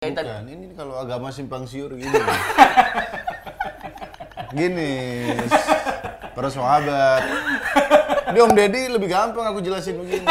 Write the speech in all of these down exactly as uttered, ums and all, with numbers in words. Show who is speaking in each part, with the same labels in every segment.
Speaker 1: Bukan, ini kalau agama simpang siur gini. Gini, para sahabat. Ini Om Deddy lebih gampang aku jelasin begini.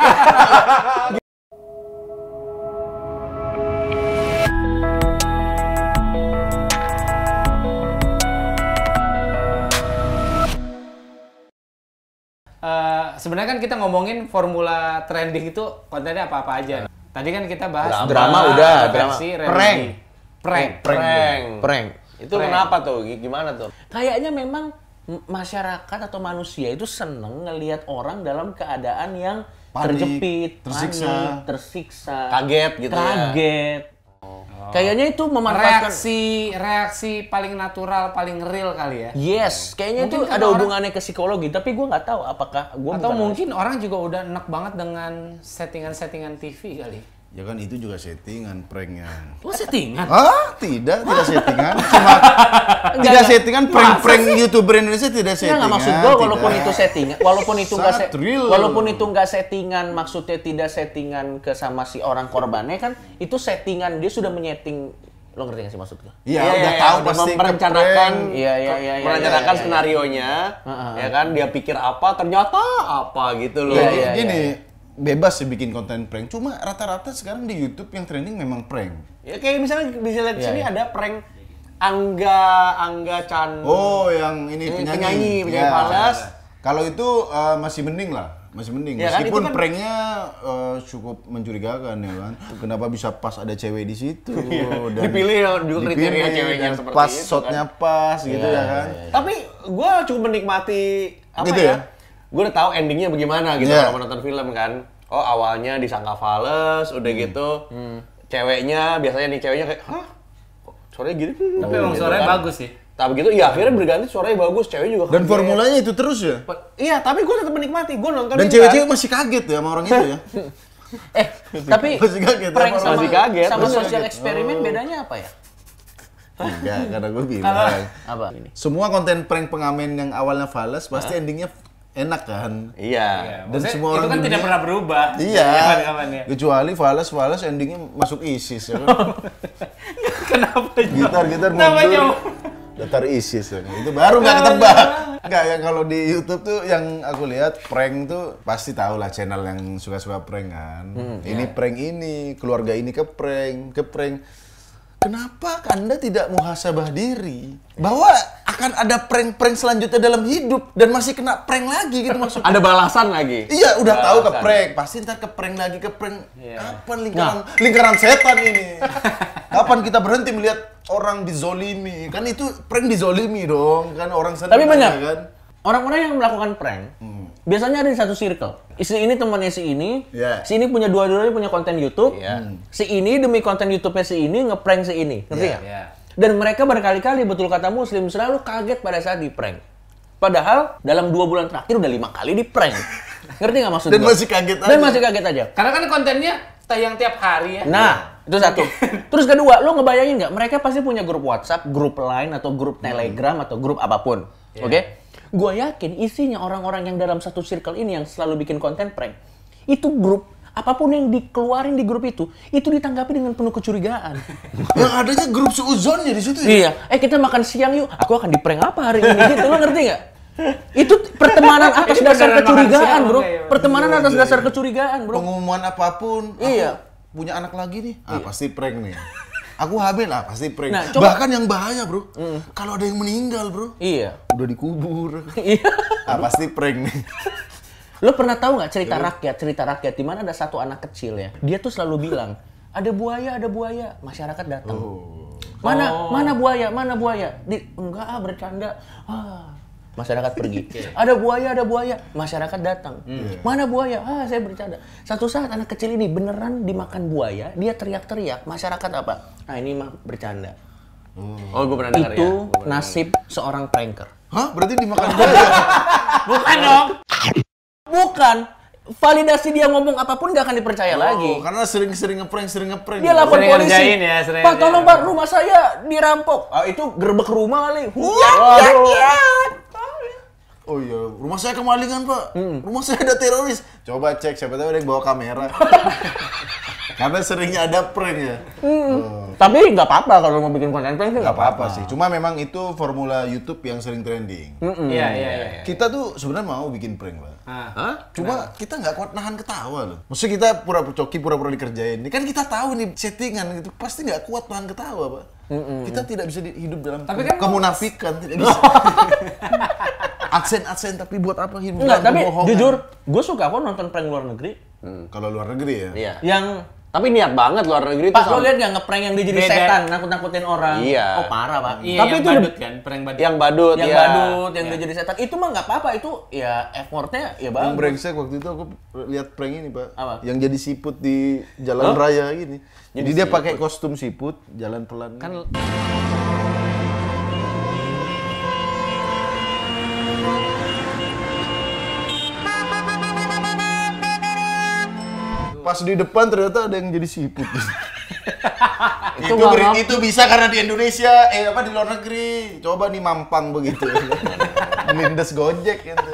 Speaker 2: Uh, sebenarnya kan kita ngomongin formula trending itu kontennya apa-apa aja. Tadi kan kita bahas
Speaker 3: drama, drama udah, drama.
Speaker 1: Prank.
Speaker 2: Prank.
Speaker 3: Prank. Prank. Itu
Speaker 2: Prank.
Speaker 3: Kenapa tuh? Gimana tuh? Kayaknya memang masyarakat atau manusia itu seneng ngelihat orang dalam keadaan yang
Speaker 1: Panik,
Speaker 3: terjepit,
Speaker 1: tersiksa,
Speaker 3: panik, tersiksa,
Speaker 4: kaget gitu ya.
Speaker 3: Kaget. Oh. Kayaknya itu memanfaatkan
Speaker 2: reaksi reaksi paling natural, paling real kali ya.
Speaker 3: Yes, kayaknya
Speaker 2: mungkin
Speaker 3: itu ada orang, hubungannya ke psikologi, tapi gue nggak tahu apakah gue
Speaker 2: atau mungkin orang juga udah enak banget dengan settingan-settingan T V kali.
Speaker 1: Ya kan itu juga settingan pranknya.
Speaker 3: Oh settingan?
Speaker 1: Ah tidak, tidak settingan. Cuma tidak settingan prank-prank YouTuber Indonesia tidak settingan.
Speaker 3: Nggak maksud gue walaupun itu settingan, walaupun itu nggak se
Speaker 1: real.
Speaker 3: walaupun itu nggak settingan, maksudnya tidak settingan ke sama si orang korbannya kan itu settingan dia sudah menyeting. Lo ngerti nggak sih maksud gue?
Speaker 1: Iya,
Speaker 4: ya,
Speaker 1: udah
Speaker 4: ya,
Speaker 1: tahu
Speaker 4: ya,
Speaker 1: pasti
Speaker 4: merencanakan,
Speaker 3: iya iya iya,
Speaker 4: merencanakan
Speaker 3: ya, ya, ya,
Speaker 4: skenarionya,
Speaker 3: ya, ya.
Speaker 4: ya kan dia pikir apa ternyata apa gitu loh.
Speaker 1: Ya,
Speaker 3: ya,
Speaker 1: gini,
Speaker 3: ya, ya.
Speaker 1: bebas sih bikin konten prank. Cuma rata-rata sekarang di YouTube yang trending memang prank.
Speaker 4: Ya kayak misalnya bisa lihat di
Speaker 3: Ya,
Speaker 4: sini
Speaker 3: ya.
Speaker 4: ada prank Angga Angga Chan.
Speaker 1: Oh, yang ini
Speaker 4: Ini
Speaker 1: penyanyi.
Speaker 4: penyanyi, penyanyi
Speaker 1: Ya.
Speaker 4: Fales.
Speaker 1: Kalau itu uh, masih mending lah, masih mending.
Speaker 4: Ya, kan,
Speaker 1: Meskipun
Speaker 4: itu kan-
Speaker 1: pranknya uh, cukup mencurigakan ya kan. Kenapa bisa pas ada cewek di situ? Dan
Speaker 4: Dipilih juga kriteria
Speaker 1: dipilih,
Speaker 4: ceweknya
Speaker 1: dan
Speaker 4: seperti
Speaker 1: pas
Speaker 4: itu,
Speaker 1: shotnya pas gitu ya kan.
Speaker 4: Tapi gue cukup menikmati apa
Speaker 1: Gitu
Speaker 4: ya?
Speaker 1: ya?
Speaker 4: Gue udah tahu endingnya bagaimana gitu
Speaker 1: Yeah.
Speaker 4: kalau menonton film kan. Oh awalnya disangka fales, udah gitu. Ceweknya biasanya nih ceweknya kayak, hah? Kok suaranya gini?
Speaker 2: Tapi emang
Speaker 4: Gitu
Speaker 2: suaranya
Speaker 4: kan.
Speaker 2: bagus sih.
Speaker 4: Tapi gitu, ya akhirnya berganti suaranya bagus, cewek juga
Speaker 1: Dan
Speaker 4: kaget.
Speaker 1: formulanya itu terus ya.
Speaker 4: Iya, tapi gue tetap menikmati. Gue nonton
Speaker 1: Dan
Speaker 4: ini
Speaker 1: cewek-cewek
Speaker 4: kan.
Speaker 1: masih kaget ya sama orang itu ya.
Speaker 3: Eh tapi
Speaker 1: Masih kaget,
Speaker 3: prank
Speaker 1: apa?
Speaker 3: sama,
Speaker 4: Masih kaget,
Speaker 3: sama
Speaker 1: masih
Speaker 3: sosial
Speaker 1: kaget.
Speaker 3: eksperimen
Speaker 1: Oh.
Speaker 3: bedanya apa ya?
Speaker 1: Enggak, karena gue bilang.
Speaker 3: Apa ini?
Speaker 1: Semua konten prank pengamen yang awalnya fals pasti endingnya enak kan.
Speaker 4: Iya.
Speaker 1: Dan
Speaker 2: Maksudnya
Speaker 1: semua
Speaker 2: itu
Speaker 1: orang
Speaker 2: kan tidak
Speaker 1: dunia-
Speaker 2: pernah berubah.
Speaker 1: Iya.
Speaker 2: Kapan-kapannya.
Speaker 1: Kecuali fals-fals endingnya masuk ISIS ya kan.
Speaker 2: Kenapa
Speaker 1: Gitar-gitar
Speaker 2: Kenapa
Speaker 1: mundur.
Speaker 2: jauh?
Speaker 1: Daftar ISIS ya kan. Itu baru nggak ketebak. Enggak, yang kalau di YouTube tuh yang aku lihat prank tuh pasti tahu lah channel yang suka-suka prank kan. Ini prank ini, keluarga ini ke prank, ke prank. Kenapa Anda tidak muhasabah diri bahwa akan ada prank-prank selanjutnya dalam hidup dan masih kena prank lagi gitu maksudnya?
Speaker 4: Ada balasan lagi.
Speaker 1: Iya, udah tahu ke
Speaker 4: Balasan.
Speaker 1: prank, pasti ntar ke prank lagi ke prank.
Speaker 2: Iya.
Speaker 1: Kapan lingkaran lingkaran setan ini? Kapan kita berhenti melihat orang dizolimi? Kan itu prank dizolimi dong, kan orang senang.
Speaker 3: Tapi benar,
Speaker 1: ya kan?
Speaker 3: orang-orang yang melakukan prank, biasanya ada di satu circle. Si ini temannya si ini,
Speaker 1: Yeah.
Speaker 3: si ini punya dua-duanya punya konten YouTube,
Speaker 4: Yeah.
Speaker 3: si ini demi konten YouTube-nya si ini ngeprank si ini, ngerti
Speaker 1: Yeah.
Speaker 3: nggak?
Speaker 2: Yeah.
Speaker 3: Dan mereka berkali-kali, betul kata Muslim, selalu kaget pada saat di prank. Padahal dalam dua bulan terakhir udah lima kali di prank. Ngerti nggak maksud
Speaker 1: Dan
Speaker 3: gua?
Speaker 1: masih kaget
Speaker 3: Dan
Speaker 1: aja.
Speaker 3: masih kaget aja.
Speaker 2: Karena kan kontennya tayang tiap hari ya.
Speaker 3: Nah, itu satu. Terus kedua, lo ngebayangin nggak? Mereka pasti punya grup WhatsApp, grup Line, atau grup Telegram, atau grup apapun. Oke? Gue yakin isinya orang-orang yang dalam satu circle ini yang selalu bikin konten prank. Itu grup, apapun yang dikeluarin di grup itu, itu ditanggapi dengan penuh kecurigaan.
Speaker 1: Yang adanya grup seuzonnya di situ ya.
Speaker 3: Iya. Eh, kita makan siang yuk. Aku akan di prank apa hari ini? Gitu, lo ngerti nggak? Itu pertemanan atas
Speaker 2: Itu
Speaker 3: dasar
Speaker 2: beneran makan
Speaker 3: kecurigaan,
Speaker 2: siang,
Speaker 3: bro.
Speaker 2: oke, ya.
Speaker 3: Pertemanan atas dasar kecurigaan, bro.
Speaker 1: Pengumuman apapun. aku
Speaker 3: Iya.
Speaker 1: Punya anak lagi nih. Ah, pasti prank nih. Aku hamil ah, pasti prank.
Speaker 3: Nah, coba-
Speaker 1: Bahkan yang bahaya, Bro. Kalau ada yang meninggal, Bro.
Speaker 3: Iya.
Speaker 1: Udah dikubur.
Speaker 3: Iya.
Speaker 1: Ah, pasti prank nih.
Speaker 3: Lo pernah tahu nggak cerita rakyat, cerita rakyat di mana ada satu anak kecil ya, dia tuh selalu bilang, ada buaya, ada buaya, masyarakat datang. Mana, mana buaya, mana buaya? Di, enggak ah bercanda. Ah, masyarakat pergi. Ada buaya, ada buaya, masyarakat datang. Mana buaya? Ah, saya bercanda. Satu saat anak kecil ini beneran dimakan buaya, dia teriak-teriak. Masyarakat apa? Nah ini mah bercanda.
Speaker 4: Oh, gue pernah dengar ya.
Speaker 3: Itu nasib seorang pranker.
Speaker 1: Hah? Berarti dimakan buaya?
Speaker 3: Bukan dong. Bukan. Validasi dia ngomong apapun gak akan dipercaya lagi.
Speaker 1: Oh, karena sering-sering ngeprank, sering ngeprank.
Speaker 3: Dia lapor
Speaker 2: Sering
Speaker 3: polisi.
Speaker 2: ngerjain ya, sering
Speaker 3: Pak, tolong
Speaker 2: ngerjain.
Speaker 3: Pak, rumah saya dirampok. Ah, itu gerbek rumah kali. Wah,
Speaker 1: Waduh. Oh iya, rumah saya kemalingan pak, hmm. rumah saya ada teroris. Coba cek, siapa tahu ada yang bawa kamera. Karena seringnya ada prank ya.
Speaker 3: Hmm. Oh. Tapi nggak apa-apa kalau mau bikin konten prank sih
Speaker 1: nggak apa-apa sih. Cuma memang itu formula YouTube yang sering trending.
Speaker 2: Iya iya iya.
Speaker 1: Kita tuh sebenarnya mau bikin prank pak.
Speaker 2: Ah.
Speaker 1: Hah? Cuma Kenapa? Kita nggak kuat nahan ketawa loh. Maksudnya kita pura-pura coki, pura-pura dikerjain. Ini kan kita tahu nih settingan gitu, pasti nggak kuat nahan ketawa pak. Mm-mm. Kita tidak bisa hidup dalam tapi kan kemunafikan, tidak bisa. Adsen-adsen tapi buat apa hidup
Speaker 3: dalam tapi kebohongan. Jujur, gue suka kok nonton prank luar negeri.
Speaker 1: Hmm. Kalau luar negeri ya?
Speaker 3: Iya. Yang
Speaker 4: tapi niat banget luar negeri
Speaker 3: Pak, lo lihat nggak ngeprank yang dia jadi
Speaker 2: Beda.
Speaker 3: setan, nakut-nakutin orang.
Speaker 4: Iya.
Speaker 3: Oh parah pak.
Speaker 2: Iya,
Speaker 4: tapi
Speaker 2: yang
Speaker 4: itu
Speaker 2: badut kan, prank badut.
Speaker 4: Yang badut,
Speaker 3: yang
Speaker 4: ya.
Speaker 3: badut, yang
Speaker 2: ya.
Speaker 3: dia jadi setan. Itu mah nggak apa-apa, itu ya effortnya ya bagus.
Speaker 1: Yang brengsek waktu itu aku lihat prank ini pak.
Speaker 3: Apa?
Speaker 1: Yang jadi siput di jalan huh? raya gini. Jadi, jadi dia pakai kostum siput, jalan pelan.
Speaker 2: Kan
Speaker 1: pas di depan ternyata ada yang jadi siput. itu
Speaker 4: itu,
Speaker 1: beri, itu bisa karena di Indonesia, eh apa di luar negeri. Coba nih mampang begitu. Melindas Gojek gitu.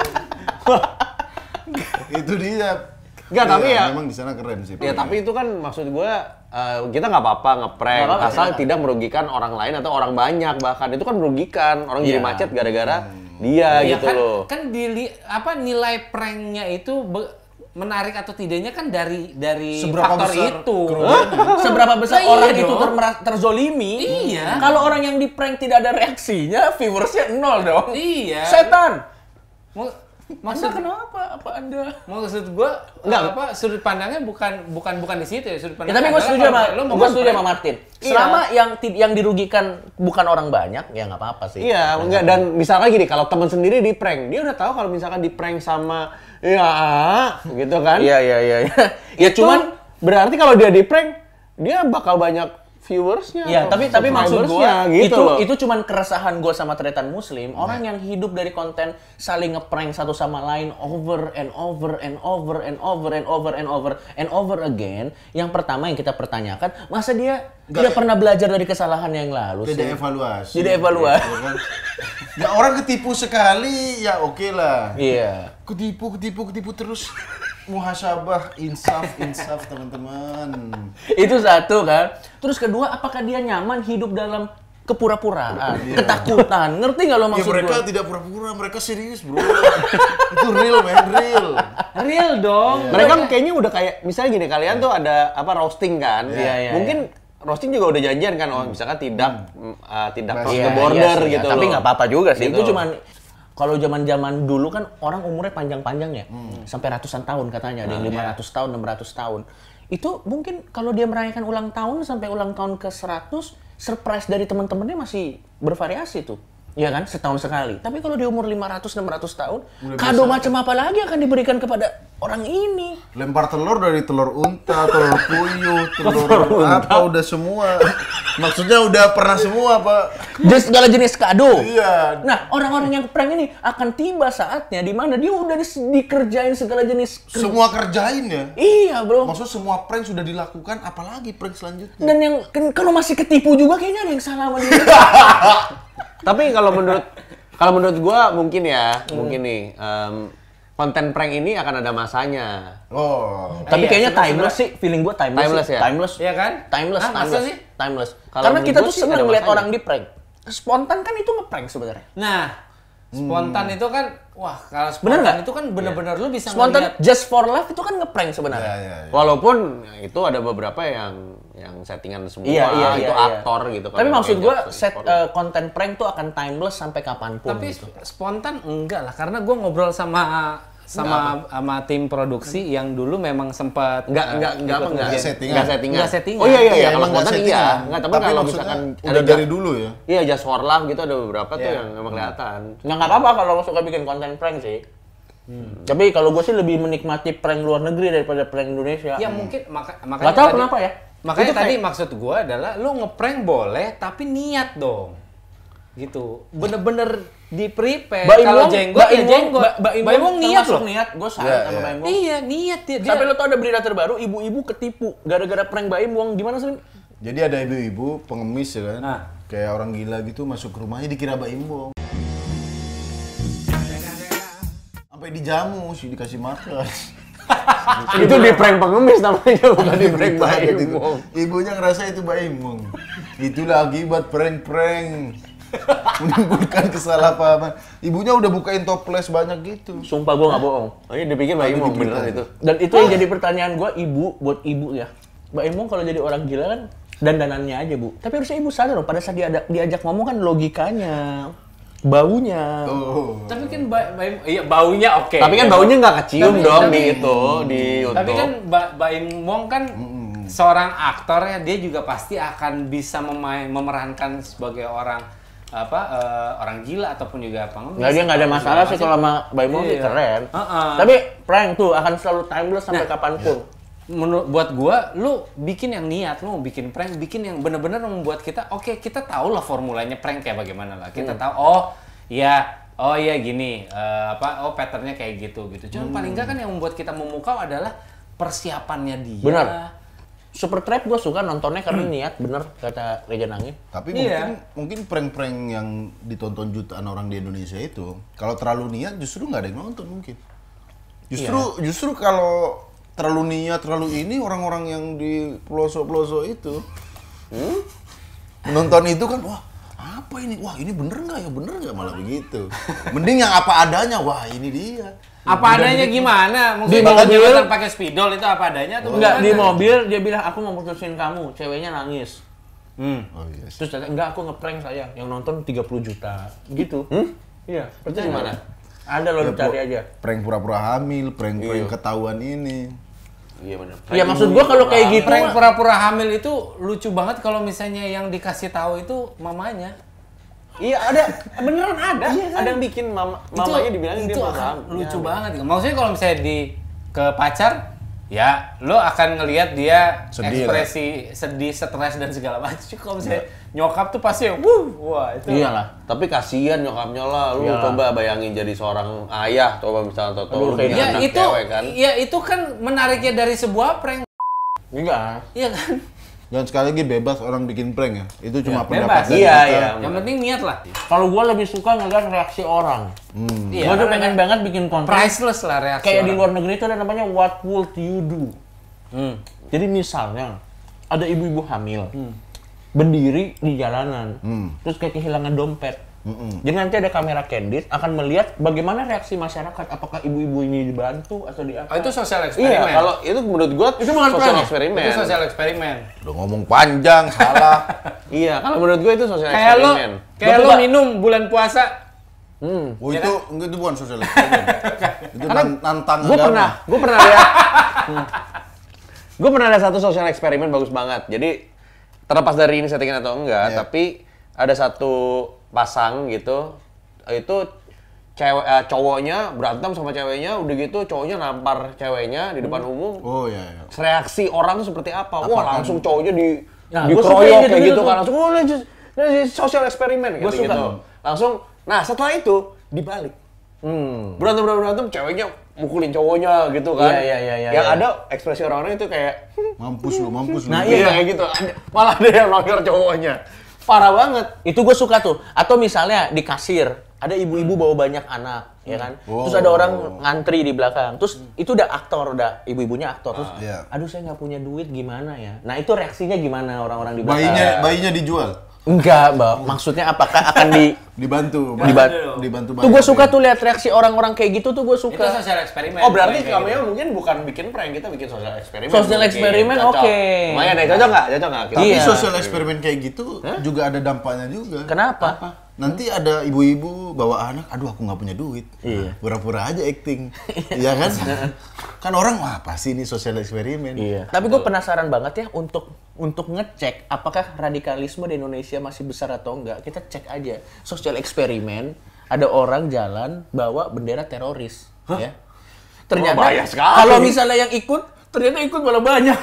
Speaker 1: Itu dia.
Speaker 4: Enggak, tapi ya
Speaker 1: memang di sana keren sih.
Speaker 4: Ya, tapi itu kan maksud gua uh, kita nggak apa-apa ngeprank asal ya. Tidak merugikan orang lain atau orang banyak, bahkan itu kan merugikan orang ya. Jadi macet gara-gara hmm. dia
Speaker 2: ya,
Speaker 4: gitu
Speaker 2: kan,
Speaker 4: loh.
Speaker 2: Kan di apa nilai pranknya itu be- menarik atau tidaknya kan dari dari
Speaker 1: seberapa
Speaker 2: faktor
Speaker 1: besar
Speaker 2: itu.
Speaker 3: Seberapa besar
Speaker 2: nah,
Speaker 3: orang
Speaker 2: iya
Speaker 3: itu
Speaker 2: dong.
Speaker 3: ter- terzolimi.
Speaker 2: Iya.
Speaker 3: Kalau orang yang di prank tidak ada reaksinya, viewersnya nol dong.
Speaker 2: Iya.
Speaker 3: Setan.
Speaker 2: Mau maksud
Speaker 3: Anda kenapa? Apa Anda?
Speaker 2: Maksud gua
Speaker 3: enggak
Speaker 2: apa sudut pandangnya bukan bukan bukan di situ ya sudut
Speaker 3: Ya,
Speaker 2: pandangnya.
Speaker 3: tapi gue setuju sama gue setuju sama Martin.
Speaker 2: Iya.
Speaker 3: Selama yang yang dirugikan bukan orang banyak, ya nggak apa-apa sih.
Speaker 4: Iya, enggak, dan misalkan gini, kalau teman sendiri di prank, dia udah tahu kalau misalkan di prank sama ya gitu kan.
Speaker 3: Iya iya iya. Ya
Speaker 4: Itu
Speaker 3: cuman
Speaker 4: berarti kalau dia di prank, dia bakal banyak viewersnya.
Speaker 3: ya, tapi tapi maksud gue
Speaker 4: gitu
Speaker 3: itu
Speaker 4: loh.
Speaker 3: itu cuman keresahan gue sama Tretan Muslim, orang yang hidup dari konten saling ngeprank satu sama lain over and over and over and over and over and over and over again. Yang pertama yang kita pertanyakan, masa dia
Speaker 1: Nggak,
Speaker 3: tidak pernah belajar dari kesalahan yang lalu sih?
Speaker 1: Tidak evaluasi.
Speaker 3: Tidak evaluasi.
Speaker 1: Ya, kan? Ya orang ketipu sekali, ya oke okay lah.
Speaker 3: Iya.
Speaker 1: Ketipu, ketipu, ketipu terus. Muhasabah, insaf, insaf teman-teman.
Speaker 3: Itu satu kan. Terus kedua, apakah dia nyaman hidup dalam kepura-puraan, ketakutan? Ngerti nggak lo maksud
Speaker 1: ya, mereka
Speaker 3: gua?
Speaker 1: tidak pura-pura, mereka serius bro. Itu real man, real.
Speaker 2: Real dong.
Speaker 4: Yeah. Mereka kayaknya udah kayak, misalnya gini, kalian tuh ada apa roasting kan?
Speaker 3: Iya, iya,
Speaker 4: Mungkin roasting juga udah janjian kan, oh misalkan tidak hmm. uh, tidak cross
Speaker 3: Iya,
Speaker 4: the border
Speaker 3: iya sih,
Speaker 4: gitu
Speaker 3: ya. Tapi
Speaker 4: loh.
Speaker 3: nggak apa-apa juga sih.
Speaker 4: Gitu.
Speaker 3: Itu cuman kalau zaman-zaman dulu kan orang umurnya panjang-panjang ya. Hmm. Sampai ratusan tahun katanya, ada yang lima ratus tahun, enam ratus tahun. Itu mungkin kalau dia merayakan ulang tahun sampai ulang tahun ke seratus, surprise dari teman-temannya masih bervariasi tuh. Iya kan, setahun sekali. Tapi kalau di umur lima ratus sampai enam ratus tahun, udah kado macam apa lagi akan diberikan kepada orang ini?
Speaker 1: Lempar telur dari telur unta, telur puyuh, telur apa udah semua. Maksudnya udah pernah semua, Pak.
Speaker 3: Jadi segala jenis kado.
Speaker 1: Iya.
Speaker 3: Nah, orang-orang yang prank ini akan tiba saatnya di mana dia udah di- dikerjain segala jenis ker-
Speaker 1: Semua kerjain ya.
Speaker 3: Iya, Bro.
Speaker 1: Maksud semua prank sudah dilakukan, apalagi prank selanjutnya.
Speaker 3: Dan yang kan kalau masih ketipu juga kayaknya ada yang salah sama dia.
Speaker 4: Tapi kalau menurut kalau menurut gua mungkin ya, hmm. mungkin nih um, konten prank ini akan ada masanya.
Speaker 1: Oh.
Speaker 3: Tapi
Speaker 2: Iya,
Speaker 3: kayaknya
Speaker 2: sebenarnya-
Speaker 3: timeless sih, feeling gua timeless.
Speaker 4: Timeless
Speaker 3: sih.
Speaker 4: ya?
Speaker 3: Timeless.
Speaker 2: Iya kan?
Speaker 3: Timeless,
Speaker 2: Ah, masa
Speaker 3: timeless.
Speaker 2: sih?
Speaker 3: Timeless.
Speaker 4: Kalau
Speaker 3: Karena
Speaker 4: menurut
Speaker 3: kita
Speaker 4: gua
Speaker 3: tuh
Speaker 4: sih
Speaker 3: seneng
Speaker 4: ada
Speaker 3: ngeliat
Speaker 4: masanya.
Speaker 3: orang di prank. Spontan kan itu ngeprank sebenarnya.
Speaker 2: Nah, spontan itu kan wah, kalau
Speaker 3: Bener
Speaker 2: spontan
Speaker 3: nggak?
Speaker 2: itu kan bener-bener lu bisa
Speaker 3: Spontan
Speaker 2: ngeliat.
Speaker 3: just for love itu kan ngeprank sebenarnya.
Speaker 1: Iya, iya, iya.
Speaker 4: Walaupun itu ada beberapa yang yang settingan semua,
Speaker 3: Iya, iya,
Speaker 4: itu
Speaker 3: iya, iya.
Speaker 4: aktor gitu kan.
Speaker 3: Tapi maksud
Speaker 4: Kayak
Speaker 3: gua
Speaker 4: just
Speaker 3: set
Speaker 4: for-
Speaker 3: uh, konten prank tuh akan timeless sampai kapanpun.
Speaker 2: Tapi
Speaker 3: gitu.
Speaker 2: spontan enggak lah, karena gue ngobrol sama sama sama tim produksi yang dulu memang sempat
Speaker 4: Enggak, enggak, enggak apa, enggak
Speaker 1: settingan.
Speaker 4: Enggak settingan.
Speaker 2: Enggak settingan.
Speaker 4: Oh iya, iya,
Speaker 1: Iya,
Speaker 4: iya. Kalau
Speaker 1: emang nggak
Speaker 4: spontan iya.
Speaker 1: settingan.
Speaker 4: Enggak, tapi,
Speaker 1: Tapi
Speaker 4: kalau
Speaker 1: maksudnya
Speaker 4: misalkan
Speaker 1: udah
Speaker 4: ada
Speaker 1: dari
Speaker 4: just-
Speaker 1: dulu ya.
Speaker 4: Iya, just for love gitu ada beberapa tuh
Speaker 3: Iya.
Speaker 4: yang emang kelihatan.
Speaker 3: Ya nggak apa-apa kalau suka bikin konten prank sih. Hmm. Tapi kalau gue sih lebih menikmati prank luar negeri daripada prank Indonesia.
Speaker 2: Ya mungkin maka, makanya
Speaker 3: Gak tahu
Speaker 2: tadi-
Speaker 3: kenapa ya.
Speaker 2: Makanya
Speaker 3: Itu
Speaker 2: tadi
Speaker 3: kayak-
Speaker 2: maksud gua adalah lu ngeprank boleh tapi niat dong. Gitu. Bener-bener di prepare.
Speaker 3: Mbak
Speaker 2: Kalau
Speaker 3: Imong-
Speaker 2: jenggot
Speaker 3: Mbak
Speaker 2: ya
Speaker 3: Imong-
Speaker 2: jenggot.
Speaker 3: Mbak- Mbak Imong
Speaker 2: Mbak Imong niat
Speaker 3: termasuk
Speaker 2: loh.
Speaker 3: niat, gue salut
Speaker 1: Iya,
Speaker 3: sama
Speaker 1: iya.
Speaker 3: Mbak Imong.
Speaker 2: Iya, niat dia. dia-
Speaker 3: Sampai lo tau ada berita terbaru, ibu-ibu ketipu gara-gara prank Mbak Imong. Gimana sih?
Speaker 1: Jadi ada ibu-ibu pengemis ya kan.
Speaker 2: Nah.
Speaker 1: Kayak orang gila gitu masuk ke rumahnya dikira Mbak Imbong. Sampai dijamu sih dikasih makan.
Speaker 4: Itu di prank pengemis namanya, bukan di prank Mbak Imong.
Speaker 1: Ibunya ngerasa itu Mbak Imong. Itulah akibat prank-prank. Menimbulkan kesalahpahaman. Ibunya udah bukain toples banyak gitu.
Speaker 3: Sumpah gue nggak bohong.
Speaker 4: Oh iya, dipikir Mbak Imong beneran itu.
Speaker 3: Dan itu yang jadi pertanyaan gue, ibu buat ibu ya. Mbak Imong kalau jadi orang gila kan dandanannya aja bu. Tapi harusnya ibu sadar loh, pada saat dia ada, diajak ngomong kan logikanya, baunya.
Speaker 1: Oh.
Speaker 2: Tapi kan ba ba iya baunya oke.
Speaker 4: Tapi kan baunya nggak kecium
Speaker 2: Tapi-
Speaker 4: dong
Speaker 2: tapi-
Speaker 4: di itu di YouTube.
Speaker 2: Tapi kan Ba- Baim Wong kan seorang aktor ya, dia juga pasti akan bisa memain memerankan sebagai orang apa eh, orang gila ataupun juga pengemis.
Speaker 3: Nggak, dia nggak ada masalah sih kalau sama Mbak Imong sih
Speaker 2: Iya.
Speaker 3: keren.
Speaker 2: Heeh.
Speaker 3: Tapi prank tuh akan selalu timeless sampai
Speaker 2: Nah,
Speaker 3: kapanpun.
Speaker 2: Menurut buat gua, lu bikin yang niat, lu mau bikin prank, bikin yang bener-bener membuat kita, oke kita tahu lah formulanya prank kayak bagaimana lah. Kita tahu, oh ya, oh iya gini, eh, apa, oh patternnya kayak gitu gitu. Cuma paling enggak kan yang membuat kita memukau adalah persiapannya dia.
Speaker 3: Benar. Super Trap gue suka nontonnya karena niat, bener kata Reja Nangin.
Speaker 1: Tapi
Speaker 2: Iya.
Speaker 1: mungkin mungkin prank-prank yang ditonton jutaan orang di Indonesia itu, kalau terlalu niat justru nggak ada yang nonton mungkin. Justru justru kalau terlalu niat, terlalu ini orang-orang yang di pelosok-pelosok itu menonton itu kan, wah apa ini? Wah ini bener nggak ya? Bener nggak? Malah begitu. Mending yang apa adanya, wah ini dia.
Speaker 2: Apa adanya gimana? Mungkin
Speaker 3: Di
Speaker 2: kalau
Speaker 3: mobil-
Speaker 2: jabatan pakai spidol itu apa adanya tuh?
Speaker 3: Enggak, di
Speaker 2: gimana?
Speaker 3: mobil dia bilang aku mau putusin kamu, ceweknya nangis.
Speaker 2: Hmm.
Speaker 1: Oh iya.
Speaker 3: Terus dia, enggak aku ngeprank sayang, yang nonton tiga puluh juta. Gitu. Iya,
Speaker 4: Itu gimana?
Speaker 3: Ada lo
Speaker 1: Ya,
Speaker 3: cari
Speaker 1: pu-
Speaker 3: aja.
Speaker 1: Prank pura-pura hamil, prank-prank
Speaker 4: Iya.
Speaker 1: ketahuan ini.
Speaker 4: Iya benar.
Speaker 3: Iya maksud gua kalau kayak gitu
Speaker 2: Prank pura-pura hamil itu lucu banget kalau misalnya yang dikasih tahu itu mamanya.
Speaker 4: Iya ada, beneran ada. Ada yang bikin mama, mamanya dibilangin
Speaker 2: itu
Speaker 4: dia
Speaker 2: akan
Speaker 4: marah.
Speaker 2: lucu banget. Maksudnya kalau misalnya di ke pacar, ya lo akan ngelihat dia
Speaker 1: Sedih
Speaker 2: ekspresi sedih, stres dan segala macam. Kalau misalnya nyokap tuh pasti, wuh, wah itu.
Speaker 3: Iyalah.
Speaker 4: Tapi kasihan nyokapnya lah. Lu
Speaker 3: Iyalah.
Speaker 4: coba bayangin jadi seorang ayah, coba misalnya Toto
Speaker 3: Aduh,
Speaker 4: lu
Speaker 3: kayak
Speaker 4: punya
Speaker 2: Ya
Speaker 4: anak
Speaker 2: itu,
Speaker 4: cewek kan.
Speaker 2: ya itu kan menariknya dari sebuah prank,
Speaker 3: Enggak.
Speaker 2: iya kan?
Speaker 1: Dan sekali lagi bebas orang bikin prank ya. Itu cuma
Speaker 2: Ya,
Speaker 1: pendapat
Speaker 2: bebas.
Speaker 1: dari
Speaker 4: Iya,
Speaker 1: kita.
Speaker 4: iya.
Speaker 2: Yang penting niat lah.
Speaker 3: Kalau gua lebih suka ngeliat reaksi orang.
Speaker 1: Hmm.
Speaker 2: Iya,
Speaker 3: Gua tuh
Speaker 2: karena
Speaker 3: pengen banget bikin konten
Speaker 2: priceless lah reaksi.
Speaker 3: kayak di
Speaker 2: orang.
Speaker 3: luar negeri itu ada namanya what would you do.
Speaker 2: Hmm.
Speaker 3: Jadi misalnya ada ibu-ibu hamil berdiri di jalanan,
Speaker 1: Hmm.
Speaker 3: terus kayak kehilangan dompet.
Speaker 1: Mm-mm.
Speaker 3: Jadi nanti ada kamera candid akan melihat bagaimana reaksi masyarakat, apakah ibu-ibu ini dibantu atau di apa.
Speaker 2: Oh, itu sosial eksperimen.
Speaker 4: Iya, kalau itu menurut gua
Speaker 3: Itu bukan
Speaker 4: sosial
Speaker 3: prank ya?
Speaker 4: eksperimen.
Speaker 2: itu sosial eksperimen.
Speaker 1: Udah ngomong panjang, salah.
Speaker 4: Iya, kalau menurut gua itu sosial
Speaker 2: Kayak lo,
Speaker 4: eksperimen.
Speaker 2: kayak
Speaker 3: Betul,
Speaker 2: lo
Speaker 3: Pak.
Speaker 2: minum bulan puasa.
Speaker 4: Hmm.
Speaker 1: Oh itu, enggak, itu bukan sosial eksperimen. Itu nan- nantang
Speaker 4: Gue
Speaker 1: agama.
Speaker 4: pernah, gue pernah lihat, gue pernah lihat satu sosial eksperimen bagus banget. Jadi terlepas dari ini settingan atau enggak,
Speaker 1: Iya.
Speaker 4: tapi ada satu pasang gitu, itu cewek eh, cowoknya berantem sama ceweknya, udah gitu cowoknya nampar ceweknya di depan umum.
Speaker 1: Oh iya, iya.
Speaker 4: Reaksi orang tuh seperti apa? Wah
Speaker 1: Apakah-
Speaker 4: langsung cowoknya di
Speaker 3: Ya, gua suka
Speaker 4: dikeroyok
Speaker 3: yang
Speaker 4: kayak
Speaker 3: gitu-gitu
Speaker 4: gitu
Speaker 3: tuh.
Speaker 4: kan, langsung oh ini just- ini sosial eksperimen
Speaker 3: Gua
Speaker 4: gitu,
Speaker 3: suka.
Speaker 4: gitu. Langsung, nah setelah itu dibalik.
Speaker 3: Hmm.
Speaker 4: berantem berantem berantem ceweknya mukulin cowoknya gitu kan.
Speaker 3: Iya, iya, iya, iya,
Speaker 4: Yang
Speaker 3: iya.
Speaker 4: ada ekspresi orang-orang itu kayak
Speaker 1: Mampus lu, mampus lu.
Speaker 3: Nah,
Speaker 4: iya kayak gitu. Ada- malah ada yang noyor cowoknya. Parah banget.
Speaker 3: Itu gue suka tuh. Atau misalnya di kasir, ada ibu-ibu bawa banyak anak, ya kan?
Speaker 1: Oh.
Speaker 3: Terus ada orang ngantri di belakang. Terus itu udah aktor, udah ibu-ibunya aktor. Terus,
Speaker 1: Iya.
Speaker 3: aduh saya nggak punya duit gimana ya? Nah itu reaksinya gimana orang-orang di belakang?
Speaker 1: Bayinya, bayinya dijual.
Speaker 3: Enggak, Mbak. Maksudnya apakah akan di...
Speaker 1: Dibantu.
Speaker 3: Dibantu.
Speaker 1: Dibantu.
Speaker 3: Tuh gue suka tuh lihat reaksi orang-orang kayak gitu tuh gue
Speaker 2: Itu
Speaker 3: suka.
Speaker 2: sosial eksperimen.
Speaker 4: Oh berarti
Speaker 2: Kayak
Speaker 4: kami
Speaker 2: gitu.
Speaker 4: mungkin bukan bikin prank, kita bikin sosial eksperimen.
Speaker 3: Sosial
Speaker 4: Mungkin.
Speaker 3: eksperimen,
Speaker 4: Cocok.
Speaker 3: oke.
Speaker 4: Lumayan ya, cocok nggak? Cocok nggak?
Speaker 1: Tapi
Speaker 3: Iya.
Speaker 1: sosial eksperimen kayak gitu juga ada dampaknya juga.
Speaker 3: Kenapa?
Speaker 1: Nanti ada ibu-ibu bawa anak, aduh aku nggak punya duit.
Speaker 3: Iya.
Speaker 1: Pura-pura aja acting. Iya kan? Kan orang, wah pasti ini sosial eksperimen.
Speaker 3: Iya. Tapi gue penasaran banget ya untuk untuk ngecek apakah radikalisme di Indonesia masih besar atau enggak. Kita cek aja sosial eksperimen. Ada orang jalan bawa bendera teroris, ya. Ternyata
Speaker 4: Wah, bahaya sekali.
Speaker 3: kalau misalnya yang ikut, ternyata ikut malah banyak.